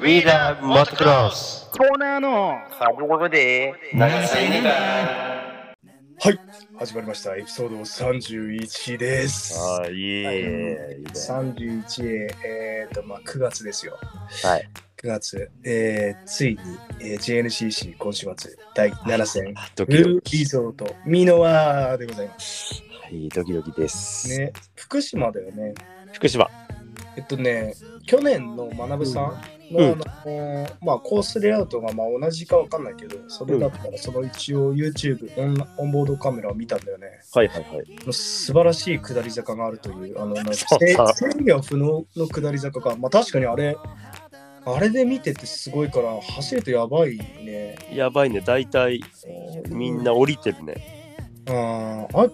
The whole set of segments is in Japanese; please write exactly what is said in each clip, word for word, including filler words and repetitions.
We love motocross コーナーのサブゴブで長さいねはい、始まりました。エピソードさんじゅういちです。 あーいえいえさんじゅういち、えーと、まあ、くがつですよ。 はい。 くがつ、えー、ついに、えー、ジェーエヌシーシー 今週末だいなな戦、 ドキドルーリゾートミノワでございます。 はい、ドキドキです。 ね、福島だよね。 福島。 えっとね、去年の学さんの、うん、あのまあ、コースレイアウトがまあ同じかわかんないけど、それだったらその一応 YouTube オン、オンボードカメラを見たんだよね。 はいはいはい。 素晴らしい下り坂があるという、あのなんか制御不能の下り坂が、まあ確かにあれ、あれで見ててすごいから走るとやばいね。 やばいね、大体みんな降りてるね。 ああ、うん。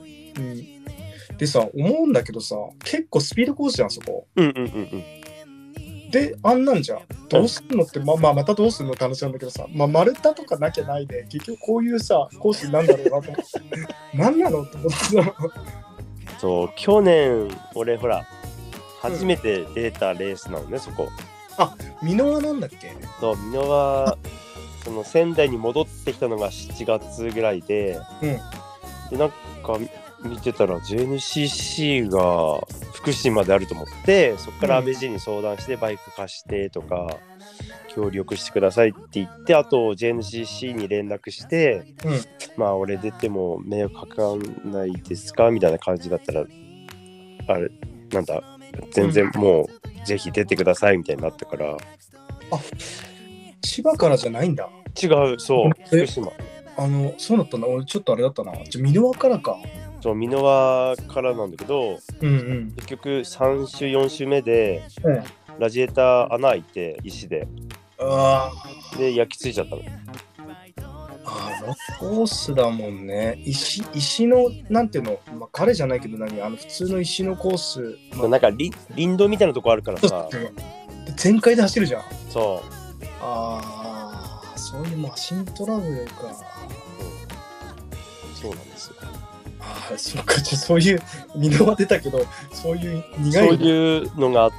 でさ、思うんだけどさ、結構スピードコースじゃん、そこ。 うんうんうんうん。 で、あんなんじゃん。どうするのって、まあまあ、またどうするのって話なんだけどさ、まあ、丸太とかなきゃないで、結局こういうさ、コースになんだろうなと思って、何なのって思ってた。そう、去年、俺ほら、初めて出たレースなのね、うん、そこ。 あ、箕輪なんだっけ？ そう、箕輪、その仙台に戻ってきたのがしちがつぐらいで、 うん、 で、なんか見てたら ジェーエヌシーシー が福島であると思って、そこから安倍Gに相談してバイク貸してとか、協力してくださいって言って、あと ジェーエヌシーシー に連絡して、 うん、 まあ俺出ても迷惑かかんないですかみたいな感じだったら、あれなんだ全然もうぜひ出てくださいみたいになったから、うん、 あ、千葉からじゃないんだ。 違う、そう福島。 あのそうだったな、俺ちょっとあれだったな。じゃ箕輪からか。 そう、箕輪からなんだけど、 うんうん、 結局さん週よん週目で、 うん、 ラジエーター穴開いて石で、 あで焼き付いちゃったの。 あのコースだもんね。石石のなんていうの、まあ、彼じゃないけど何、あの普通の石のコース、 まあ、なんか林道みたいなとこあるからさ、 全開で走るじゃん。 そう。 ああ、そういうマシントラブルか。 そうなんですよ。 ああ、そうか、ちょそういう箕輪出たけど、そういう苦いそういうのがあって、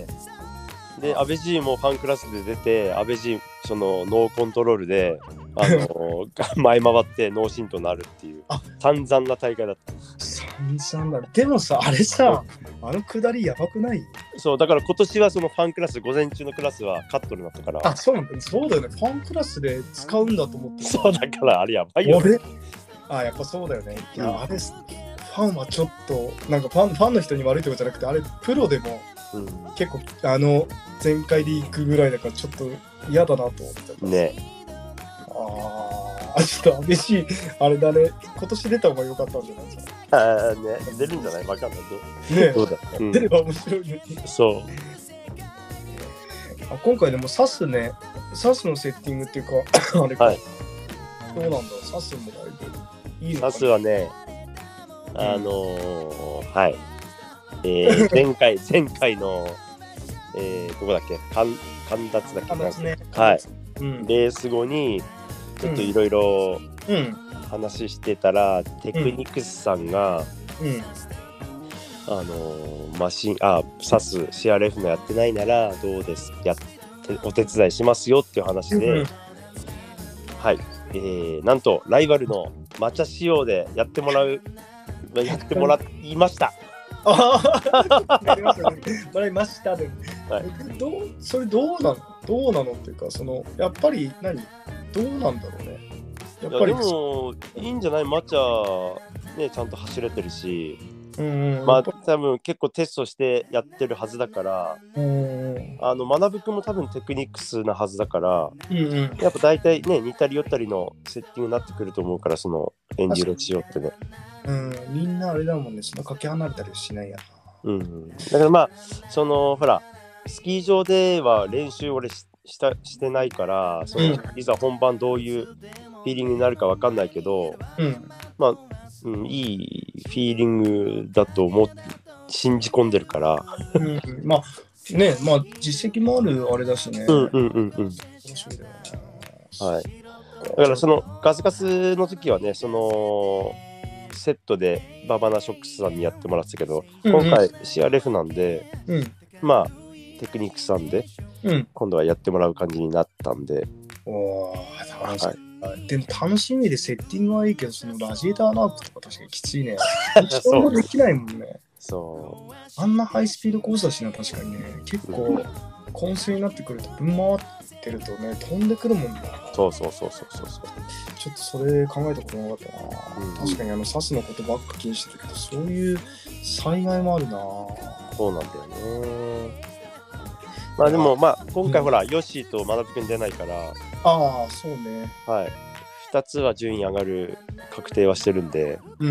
で安倍Gもファンクラスで出て、安倍Gそのノーコントロールであの前回ってノーシンとなるっていう散々な大会だった。 散々だ。でもさ、あれさ、あの下りやばくない？ そうだから今年はそのファンクラス午前中のクラスはカットになったから。 あ、そうなんだ。そうだよね。ファンクラスで使うんだと思って。 そうだからあれやばいよ、ね。 あ、やっぱそうだよね。いや、うん、あれファンはちょっとなんかファンファンの人に悪いとかじゃなくて、あれプロでも、うん、結構あの全開で行くぐらいだからちょっと嫌だなと思ってね。 ああ、ちょっと嬉しい。あれだね。今年出た方が良かったんじゃないですか。 ああね、出るんじゃない？わかんないけど。 ね、 そうだ、うん、 出れば面白いね。 そう。 あ、今回でもサスね、サスのセッティングっていうかあれか、はい、どうなんだろう。サスもだいぶいいのかな。 サスはね、あのー、はい、えー、前回前回の、えー、どこだっけ、神達だっけ、 神達ね、 はい、 うん、 レース後にちょっといろいろ話してたら、うん、テクニクスさんが、うん、あのー、マシンあサス シーアールエフ のやってないならどうですやってお手伝いしますよっていう話で、うん、はい、えー、なんとライバルの抹茶仕様でやってもらうやってもらいました。 やりましたね。もらいましたね。はい、どうそれどうなのどうなのっていうか、そのやっぱり何どうなんだろうね。 やっぱりでもいいんじゃない？抹茶ねちゃんと走れてるし、うんうん、まあ多分結構テストしてやってるはずだから、うん、あの学君も多分テクニックスなはずだから、うんうん、やっぱ大体ね似たり寄ったりのセッティングになってくると思うから、そのエンジロ仕様ってね。 うん、みんなあれだもんね、そのかけ離れたりしないやな。 うん、だからまあそのほらスキー場では練習俺 し, したしてないから、その、うん、いざ本番どういうフィーリングになるか分かんないけど、うん、まあ、うん、いいフィーリングだと思っ信じ込んでるから、 うん、まあね、まあ実績もあるあれだしね。 うんうんうんうん。面白いだよな。はい。だからそのガスガスの時はね、そのセットでババナショックスさんにやってもらってたけど、うんうん、今回 シーアールエフ なんで、うん、まあテクニックさんで、 うん、 今度はやってもらう感じになったんで。 おー、楽しみ、はい。でも楽しみでセッティングはいいけど、そのラジエーターナークとか確かにきついね。それもできないもんね。 そう。 あんなハイスピードコースだしな、確かにね。結構、混水になってくると、分回ってるとね、飛んでくるもんな。 そうそうそうそうそうそう。 ちょっとそれ考えたことなかったな。うん、確かにあの、サスのことばっか気にしてたけど、そういう災害もあるな。 そうなんだよね。まあでも、まあ、今回ほら、うん、ヨッシーとマナブ君出ないから。 ああ、そうね。 はい。ふたつは順位上がる確定はしてるんで。うん。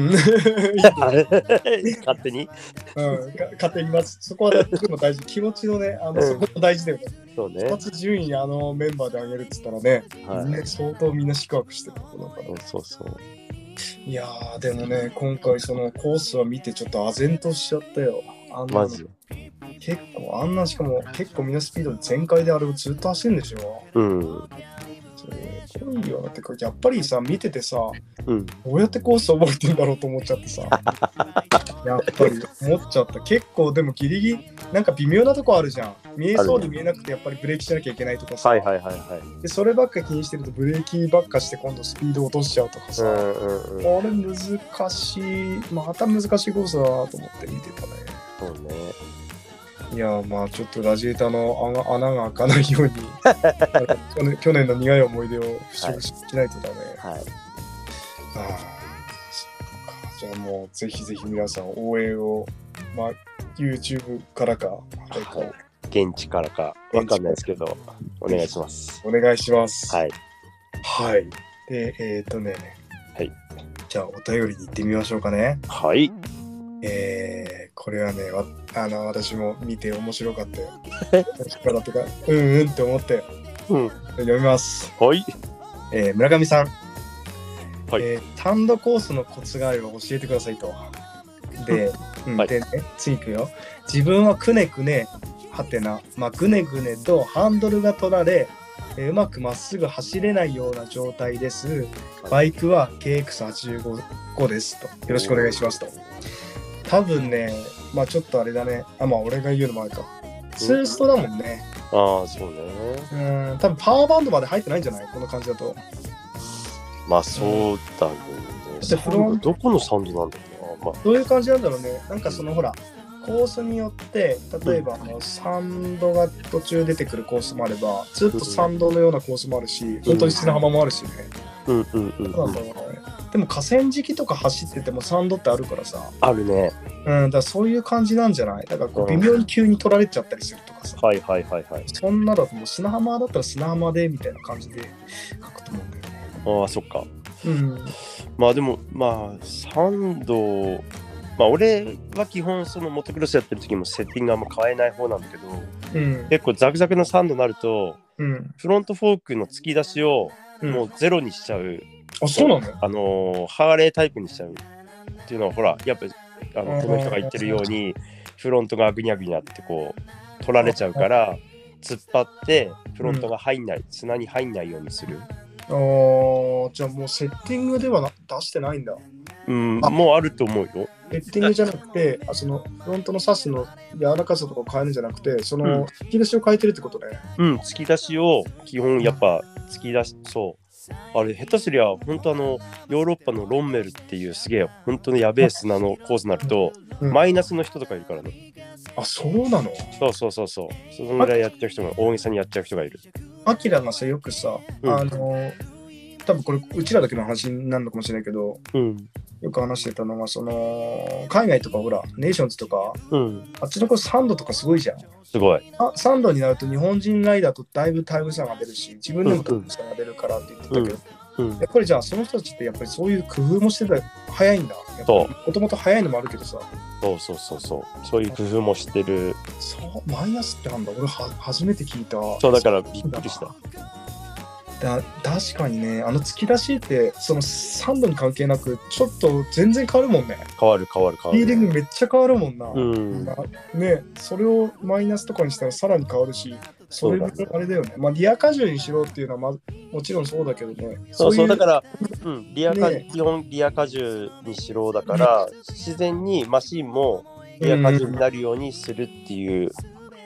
勝手にうん、勝手にまず、そこはでも大事。気持ちのね、あの、うん、そこも大事だよね。 そうね。 ふたつ順位あのメンバーで上げるっつったらね、はい、ね相当みんな宿泊してるのかな。 そうそうそう。 いやー、でもね、今回そのコースは見てちょっと唖然としちゃったよ。 あんなマジ結構あんなしかも結構みんなスピードで全開であれをずっと走るんでしょ。 うん。 すごいよ。だってやっぱりさ見ててさ、 うん、 どうやってコース覚えてんだろうと思っちゃってさやっぱり思っちゃった。結構でもギリギリなんか微妙なとこあるじゃん。見えそうで見えなくてやっぱりブレーキしなきゃいけないとかさ、 はいはいはいはい、 でそればっか気にしてるとブレーキばっかして今度スピード落としちゃうとかさ、うんうんうん、あれ難しい、また難しいコースだなと思って見てたね。 そうね。 いやまあちょっとラジエーターの穴が開かないように去, 年去年の苦い思い出を払拭しないとだね。 はい。はい、ああ、じゃあもうぜひぜひ皆さん応援を、まあ、YouTube からか、あれか現地からかわかんないですけどお願いします。 お願いします。 はい。 はい。でえっ、ー、とね。 はい。 じゃあお便りに行ってみましょうかね。 はい。 えー、これはね、あの私も見て面白かったよ。面白かったとか、うんうんって思って、 うん、 読みます。 はい。 えー、村上さん、 はい、 えー、タンドコースのコツがあれば教えてくださいと。で、うんはい、でね、次いくよ。自分はくねくね、はてな、まあ、ぐねぐねとハンドルが取られ、えー、うまくまっすぐ走れないような状態です。バイクは ケーエックスはちじゅうご ですと。よろしくお願いしますと。多分ね、まあちょっとあれだね。あ、まあ俺が言うのもあれか。ツーストだもんね。 ああ、そうね。 うん、多分パワーバンドまで入ってないんじゃないこの感じだと。 まあそうだね。でフロンどこのサウンドなんだろうな。まあ、 どういう感じなんだろうね。なんかそのほら、コースによって、例えば、うん、あのサンドが途中出てくるコースもあれば、ずっとサンドのようなコースもあるし、うん、本当に砂浜もあるしね。 うんうんうん、うん。 そうなんだろうね。でも河川敷とか走っててもサンドってあるからさ。 あるね。 うん、だからそういう感じなんじゃない？だからこう微妙に急に取られちゃったりするとかさ。 うん、はいはいはいはい。 そんなだともう砂浜だったら砂浜でみたいな感じで書くと思うんだよね。 ああ、そっか。 うん。 まあでも、まあ、サンド、まあ俺は基本そのモトクロスやってる時もセッティングあんま変えない方なんだけど、 うん、 結構ザクザクのサンドになると、 うん、 フロントフォークの突き出しをもうゼロにしちゃう。うん、 あ、そうなの？ あのー、ハーレータイプにしちゃうっていうのはほらやっぱあのこの人が言ってるようにフロントがグニャグニャってこう取られちゃうから突っ張ってフロントが入んない、うん、砂に入んないようにする。 あー、じゃあもうセッティングではな出してないんだ。 うん、もうあると思うよ。 セッティングじゃなくてあそのフロントのサスの柔らかさとかを変えるんじゃなくてその突き出しを変えてるってことね。 うん、突き出しを基本やっぱ突き出し、そうあれ下手すりゃ本当あのヨーロッパのロンメルっていうすげえ本当にやべえ砂のコースになると、うん、マイナスの人とかいるからね。 あ、そうなの？ そうそうそうそう。そのぐらいやっちゃう人が大げさにやっちゃう人がいる。 アキラがさよくさ、うん、あの多分これうちらだけの話になるのかもしれないけど、 うん、 よく話してたのがその海外とかほらネーションズとか、 うん、 あっちの子サンドとかすごいじゃん。 すごい。 あ、サンドになると日本人ライダーとだいぶタイム差が出るし自分でもタイム差が出るからって言ってたけど、うんうん、やっぱりじゃあその人たちってやっぱりそういう工夫もしてた早いんだ。もともと早いのもあるけどさ。 そうそうそうそう。そういう工夫もしてる。 そう、マイナスってなんだ。俺は初めて聞いた。 そうだからびっくりした。 だ確かにね、あの突き出しってそのサンドに関係なくちょっと全然変わるもんね。 変わる変わる変わる。 フィーリングめっちゃ変わるもんな。 うん、 ね、それをマイナスとかにしたらさらに変わるし、それもあれだよね。まあリア荷重にしろっていうのは、まあ、もちろんそうだけどね。 そうそう、だから、うん、リア荷、ね、基本リア荷重にしろだから、ね、自然にマシンもリア荷重になるようにするっていう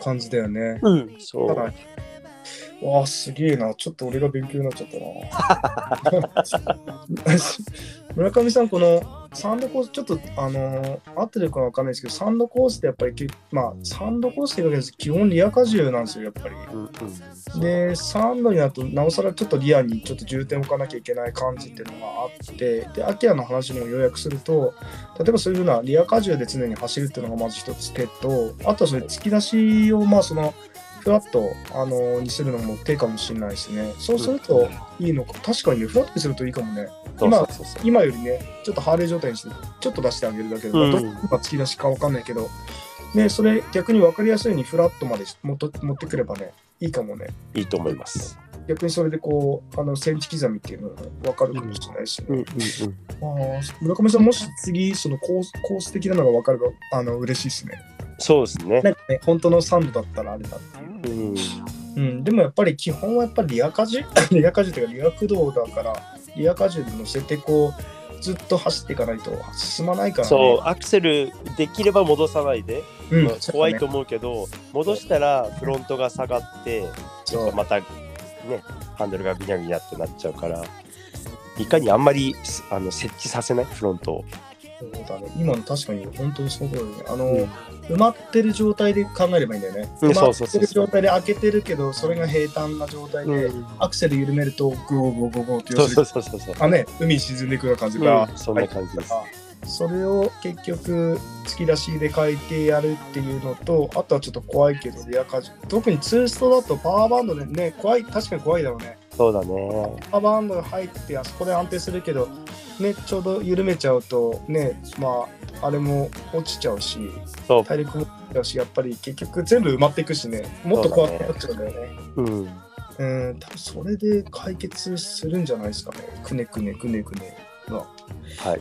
感じだよね。 うん、そう。 ただわあ、すげえな。ちょっと俺が勉強になっちゃったな。村上さん、このサンドコース、ちょっと、あのー、合ってるかわかんないですけど、サンドコースってやっぱり、まあ、サンドコースっていうわけです。基本リア荷重なんですよ、やっぱり。うんうん、で、サンドになると、なおさらちょっとリアにちょっと重点を置かなきゃいけない感じっていうのがあって、で、アキラの話にも要約すると、例えばそういうふうなリア荷重で常に走るっていうのがまず一つ手と、あとはそれ突き出しを、まあ、その、フラット、あのー、にするのも手かもしれないですね。そうするといいのか。確かにね、フラットにするといいかもね。今、そうそうそう今よりね、ちょっとハーレー状態にして、ちょっと出してあげるだけで、うん、どこが突き出しかわかんないけど、ね、それ逆に分かりやすいようにフラットまで持っ持ってくればね、いいかもね。 いいと思います。 逆にそれでこう、あのセンチ刻みっていうのが分かるかもしれないしね。うんうんうんうん、あ村上さん、もし次、そのコース、コース的なのが分かれば、あの嬉しいですね。 そうですね。 なんかね、本当のサンドだったらあれだっていう。うんうん、でもやっぱり基本はやっぱりリア荷重リア荷重というかリア駆動だからリア荷重で乗せてこうずっと走っていかないと進まないからね。 そうアクセルできれば戻さないで、うんまあ、怖いと思うけど、ね、戻したらフロントが下がってちょっとまたねハンドルがグニャグニャってなっちゃうからいかにあんまりあの設置させないフロントを。 そうだね、今の確かに本当にそうだよね。あの、うん、埋まってる状態で考えればいいんだよね。埋まってる状態で開けてるけど、それが平坦な状態で、うん、アクセル緩めると、ゴーゴーゴーゴーって、 そうそうそうそう。 あね、海に沈んでいくような感じが、 うん、そんな感じです。 それを結局、突き出しで変えてやるっていうのと、あとはちょっと怖いけど、リア荷重。特にツーストだとパワーバンドでね、怖い、確かに怖いだろうね。 そうだね。 パワーバンドが入って、あそこで安定するけど、ね、ちょうど緩めちゃうとね、まああれも落ちちゃうし、体力も落ちちゃうし、やっぱり結局全部埋まっていくしね、もっと怖くなっちゃうんだよね。ううん、うん多分それで解決するんじゃないですかね。くねくねくねくねが。はい。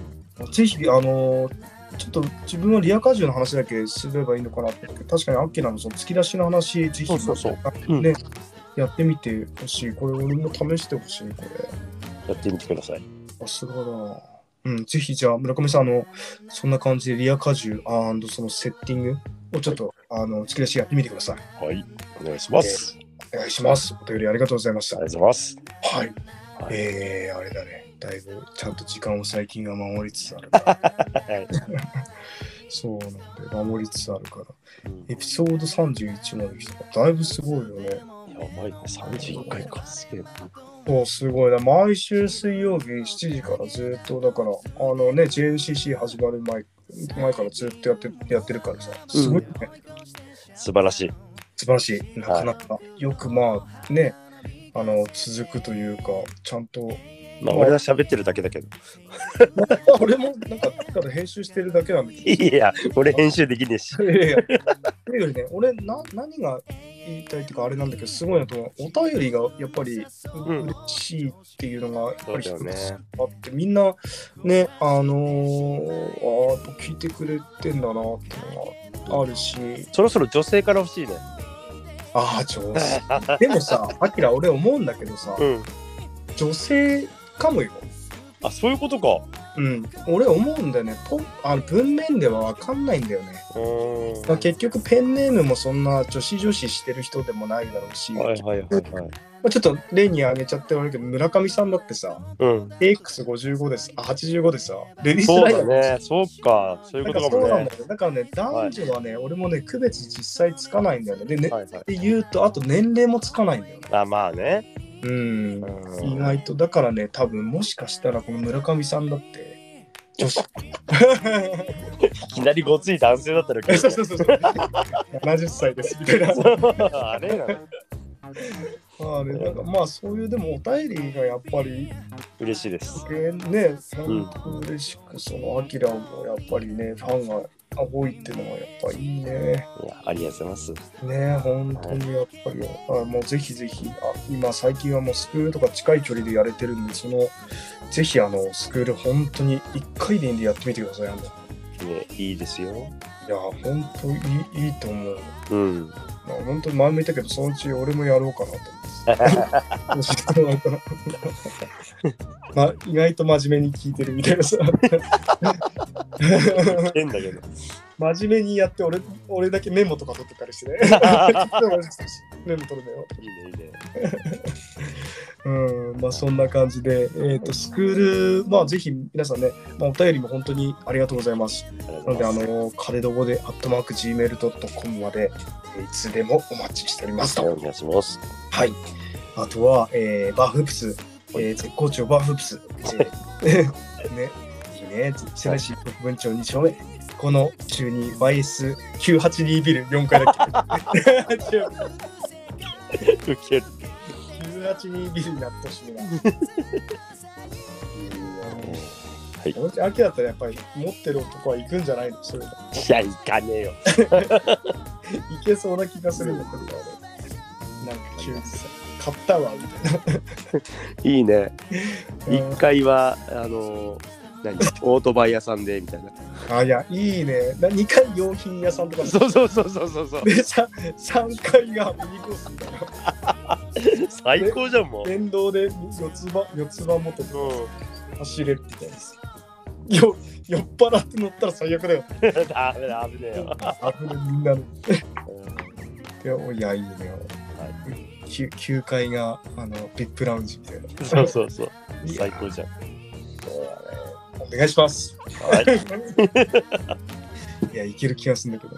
ぜひあのちょっと自分はリア荷重の話だけすればいいのかなって。確かにアッキーのその突き出しの話ぜひそうそうそう、うん、ねやってみてほしい。これ俺も試してほしいこれ。 やってみてください。 あ、すごいな。うん、ぜひじゃあ村上さん、あのそんな感じでリア荷重&そのセッティングをちょっと、はい、あの突き出しやってみてください。 はい、お願いします。 えー、お願いします。お便りありがとうございました。 ありがとうございます。 はい。はい、えー、あれだね。だいぶちゃんと時間を最近は守りつつあるから。はい、そうなんで守りつつあるから。うん、エピソードさんじゅういちまで来た。だいぶすごいよね。 やばいね、さんじゅういっかいか。すげえな。 そうすごいな。毎週水曜日しちじからずっとだからあのね ジェーエヌシーシー 始まる前前からずっとやってやってるからさすごいね、うん、 素晴らしい素晴らしいなかなか、はい、よくまあねあの続くというかちゃんとまあ俺は喋ってるだけだけど俺もなんかただ編集してるだけなんだけどいや俺編集できねえしいやいやというよりね俺な何が言いたいっていうかあれなんだけどすごいなと思う。お便りがやっぱり嬉しいっていうのがやっぱり一つあって、うんね、みんなねあのー、あ聞いてくれてんだなっていうのがあるし、 そろそろ女性から欲しいね。 ああ上手でもさアキラ俺思うんだけどさ、うん、女性かもよ。 あそういうことか。 うん、俺思うんだよね。ポあの文面では分かんないんだよね。まあ、結局ペンネームもそんな女子女子してる人でもないだろうし、はいはいはいはい、まあ、ちょっと例に挙げちゃって悪いけど村上さんだってさ、うん、エーエックスごじゅうご ですあはちじゅうごでさレディースライダーそうだね。そうかそういうことかもね。 そうなんだよ。だからね男女はね、はい、俺もね区別実際つかないんだよね。でね、はいはい、で言うとあと年齢もつかないんだよね。 あまあね。 うん、うん意外とだからね多分もしかしたらこの村上さんだって女子いきなりごつい男性だったらそうそうそうそうななじゅっさいですみたいなあれなのまあね、なんかまあそういうでもお便りがやっぱり嬉しいです。 ね、本当嬉しく、うん、そのアキラもやっぱりねファンが多いっていうのはやっぱいいね。 いやありがとうございます。 ね本当にやっぱり、はい、あもうぜひぜひあ今最近はもうスクールとか近い距離でやれてるんでそのぜひあのスクール本当にいっかいでいいんでやってみてください。あのねいいですよ。 いや本当いいいいと思う。うん。まあ、本当に前も言ったけどそのうち俺もやろうかなと思ってまあ意外と真面目に聞いてるみたいなさ変だけど真面目にやって俺、俺だけメモとか取ってたりしてね。メモ取るのよ。 いいね、いいね。 うん、まあそんな感じで、えっと、スクール、まあぜひ皆さんね、まあ、お便りも本当にありがとうございます。なので、あの、カレドボで、アットマーク、ジーメールドットコム まで、いつでもお待ちしておりますと。 お願いします。 はい。あとは、えー、バーフープス、えー、絶好調バーフープス。えー、ね、いいね、セラシー国分町に丁目。この週に ワイエスきゅうはちに ビルよんかいだけ。 ウケる。 きゅうはちにビルになってほしいな。はい。もし秋だったらやっぱり持ってる男は行くんじゃないの？それ。いや、行かねえよ。 行けそうな気がするんだけど、なんか急にさ、買ったわみたいな。 いいね。一回はあの何オートバイ屋さんでみたいな。 あ、いや、いいね。にかい用品屋さんとか。 そうそうそうそうそうそう。 で、ささんかいがミニコースみたいな。 最高じゃんもう。 電動で四つ葉四つ葉持ってて走れるみたいです。よ酔っ払って乗ったら最悪だよ。 ダメだ、危ねえよ。 危ねえ、みんなの。いや、いいね。きゅうかいがあのビップラウンジみたいな。 そうそうそう。最高じゃん。 そうだね。お願いします。はい。いや、いける気がするんだけど。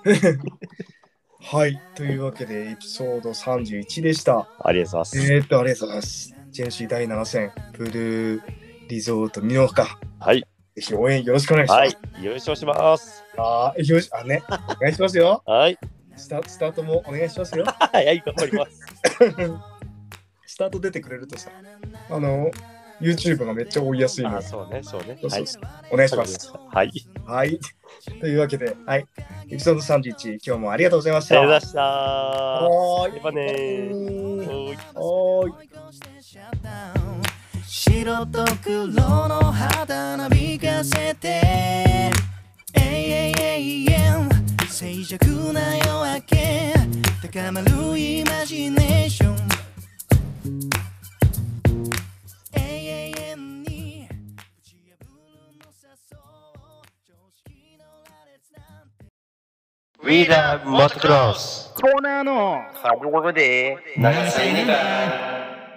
はい。というわけで、エピソードさんじゅういちでした。 ありがとうございます。 えーっと、ありがとうございます。ジェンシーだいなな戦、ブルーリゾート美濃か。 はい。 ぜひ応援よろしくお願いします。 はい。優勝します。 ああ、よし、あね。お願いしますよ。 はい。 スタ、スタートもお願いしますよ。 はい、頑張ります。 スタート出てくれるとさ、あの、YouTube がめっちゃ追いやすいので。 あ、そうね、そうね。 そうそうそう、 はい、 お願いします。 はい。 はい。というわけで、はい。エピソードさんじゅういち、今日もありがとうございました。 ありがとうございました。 はーい。 ではねー。 はーい。 白と黒の肌なびかせて静寂な夜明け高まるイマジネーション永遠に打ち破るのさそう常識の羅列なんて We love Motocross コーナーの長瀬ネタ